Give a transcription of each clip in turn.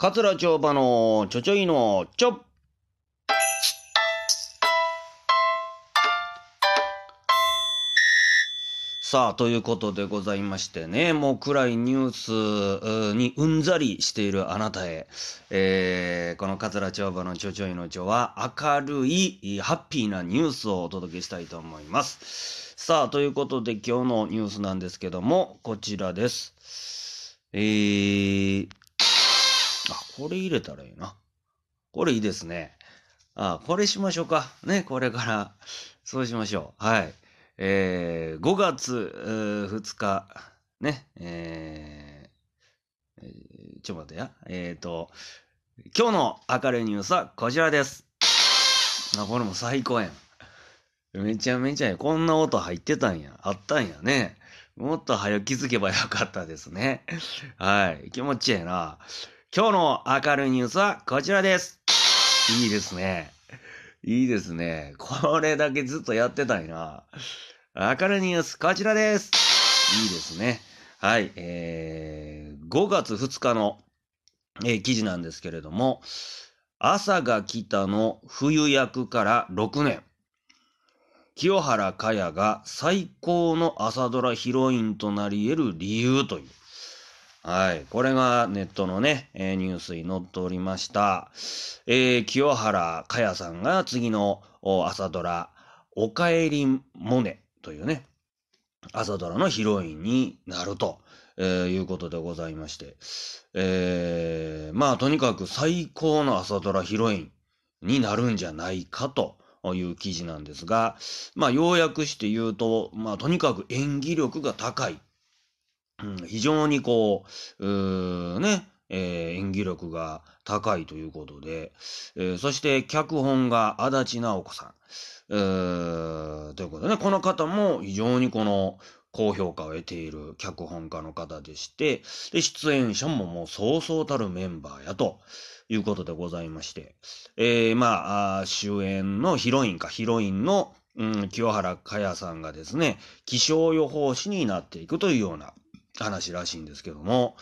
桂町場のちょちょいのちょ。さあということでございましてね、もう暗いニュースにうんざりしているあなたへ、この桂町場のちょちょいのちょは明るいハッピーなニュースをお届けしたいと思います。さあということで今日のニュースなんですけども、こちらです。これ入れたらいいな。これいいですね。これしましょうか。ね、これから。そうしましょう。はい。5月2日、ね、ちょっと待ってや。今日の明るいニュースはこちらです。これも最高やん。めちゃめちゃや。こんな音入ってたんや。あったんやね。もっと早く気づけばよかったですね。はい。気持ちええな。今日の明るいニュースはこちらです。いいですね。いいですね。これだけずっとやってたんやな。明るいニュース、こちらです。いいですね。はい。5月2日の、記事なんですけれども、朝が来たの冬役から6年。清原果耶が最高の朝ドラヒロインとなり得る理由という。はい。これがネットのね、ニュースに載っておりました。清原果耶さんが次の朝ドラ、おかえりモネというね、朝ドラのヒロインになると、いうことでございまして。まあ、とにかく最高の朝ドラヒロインになるんじゃないかという記事なんですが、まあ、要約して言うと、まあ、とにかく演技力が高い。非常にこう、演技力が高いということで、そして脚本が足立直子さん。ということでね、この方も非常にこの高評価を得ている脚本家の方でして、で、出演者ももうそうそうたるメンバーやということでございまして、主演のヒロインの、清原果耶さんがですね、気象予報士になっていくというような話らしいんですけども、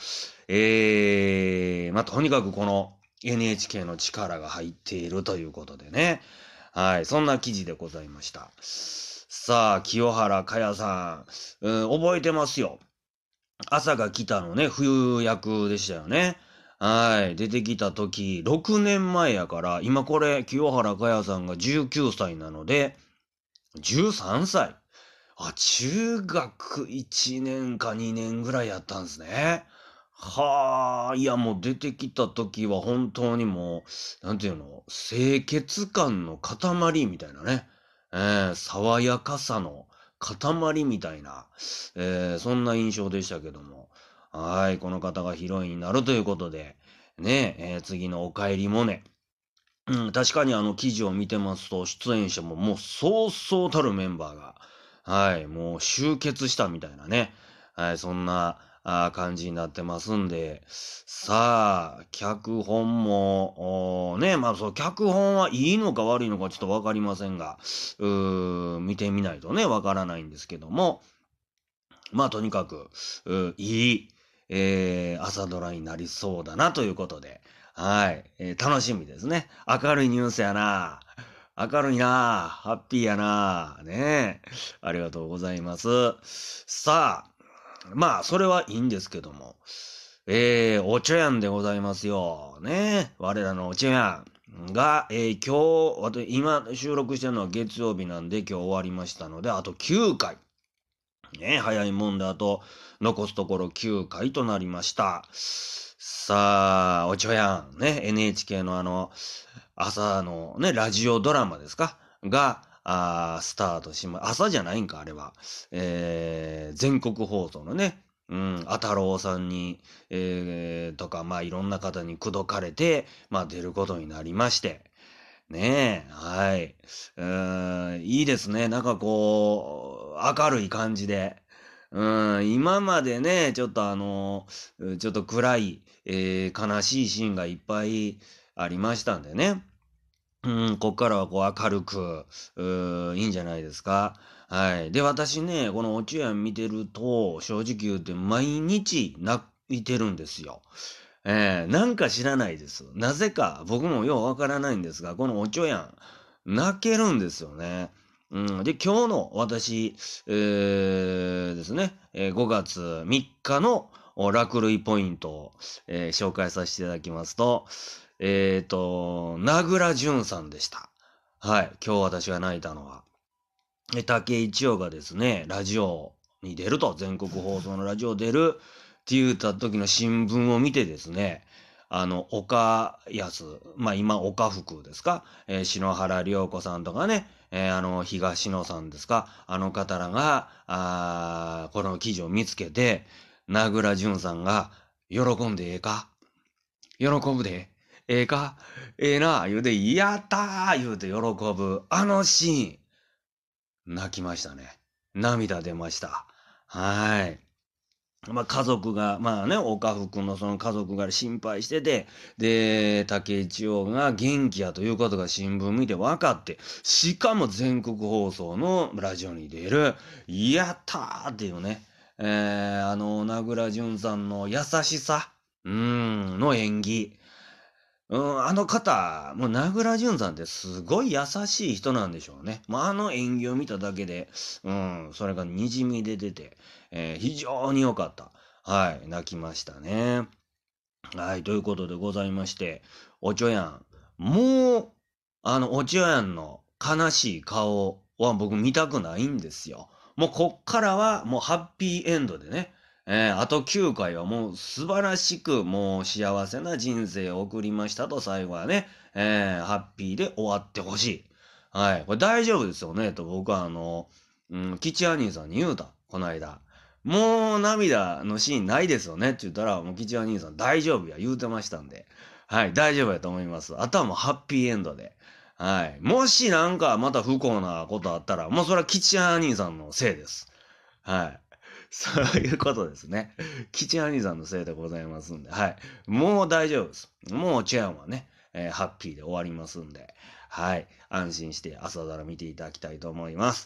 とにかくこの NHK の力が入っているということでね。はい、そんな記事でございました。さあ、清原果耶さん、覚えてますよ。朝が来たのね、冬役でしたよね。はい。出てきた時、6年前やから、今これ、清原果耶さんが19歳なので、13歳。中学1年か2年ぐらいやったんですね。はあ、いやもう出てきた時は本当にもう、なんていうの、清潔感の塊みたいなね。爽やかさの塊みたいな、そんな印象でしたけども。はい、この方がヒロインになるということで、ね、次のおかえりモネ。確かに記事を見てますと、出演者ももうそうそうたるメンバーが、はい、もう集結したみたいなね。はい、そんな感じになってますんで、さあ、脚本も、脚本はいいのか悪いのかちょっとわかりませんが、見てみないとね、わからないんですけども、とにかく、いい、朝ドラになりそうだなということで、はい、楽しみですね。明るいニュースやな。明るいな。ハッピーやな。ねえ。ありがとうございます。さあ、それはいいんですけども、お茶屋んでございますよ。ね。我らのお茶屋が、今収録してるのは月曜日なんで今日終わりましたので、あと9回。ね、早いもんであと残すところ9回となりました。さあ、おちょやん、ね、NHK の朝のね、ラジオドラマですかが、スタート朝じゃないんか、あれは。全国放送のね、あたろうさんに、とか、いろんな方に口説かれて、出ることになりまして、ねえ、はい。いいですね。なんかこう、明るい感じで。今までね、ちょっと暗い、悲しいシーンがいっぱいありましたんでね。こっからはこう明るく、いいんじゃないですか。はい。で、私ね、このおちょやん見てると、正直言うて毎日泣いてるんですよ。 なんか知らないです。なぜか僕もようわからないんですが、このおちょやん、泣けるんですよね。で、今日の私、ですね、5月3日の落類ポイントを、紹介させていただきますと、名倉潤さんでした。はい、今日私が泣いたのは。竹井千代がですね、ラジオに出ると、全国放送のラジオ出るって言った時の新聞を見てですね、岡安、まあ今、岡福ですか、篠原涼子さんとかね、東野さんですか、あの方らが、この記事を見つけて、名倉潤さんが、喜んでええか喜ぶで、ええかええな、言うて、やったー言うて喜ぶ、あのシーン、泣きましたね。涙出ました。はい。まあ、家族が、まあね、岡福のその家族が心配してて、で、竹井千代が元気やということが新聞見て分かって、しかも全国放送のラジオに出る、やったーっていうね、名倉潤さんの優しさ、の演技。あの方、もう名倉潤さんってすごい優しい人なんでしょうね。あの演技を見ただけで、それが滲み出てて、非常に良かった。はい、泣きましたね。はい、ということでございまして、おちょやん、もう、おちょやんの悲しい顔は僕見たくないんですよ。もうこっからはもうハッピーエンドでね、あと9回はもう素晴らしくもう幸せな人生を送りましたと最後はね、ハッピーで終わってほしい。はい、これ大丈夫ですよねと僕は吉兄さんに言うた、この間。もう涙のシーンないですよねって言ったら、もう吉兄さん大丈夫や言うてましたんで、はい、大丈夫やと思います。あとはもうハッピーエンドで。はい。もしなんかまた不幸なことあったら、もうそれは吉兄さんのせいです。はい。そういうことですね。吉兄さんのせいでございますんで、はい。もう大丈夫です。もうチェアンはね、ハッピーで終わりますんで、はい。安心して朝ドラ見ていただきたいと思います。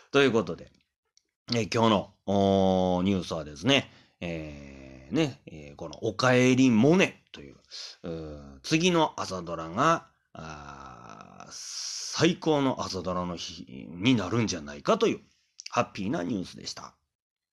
ということで、今日のニュースはですね、このおかえりモネという、次の朝ドラが、最高の朝ドラの日になるんじゃないかという、ハッピーなニュースでした。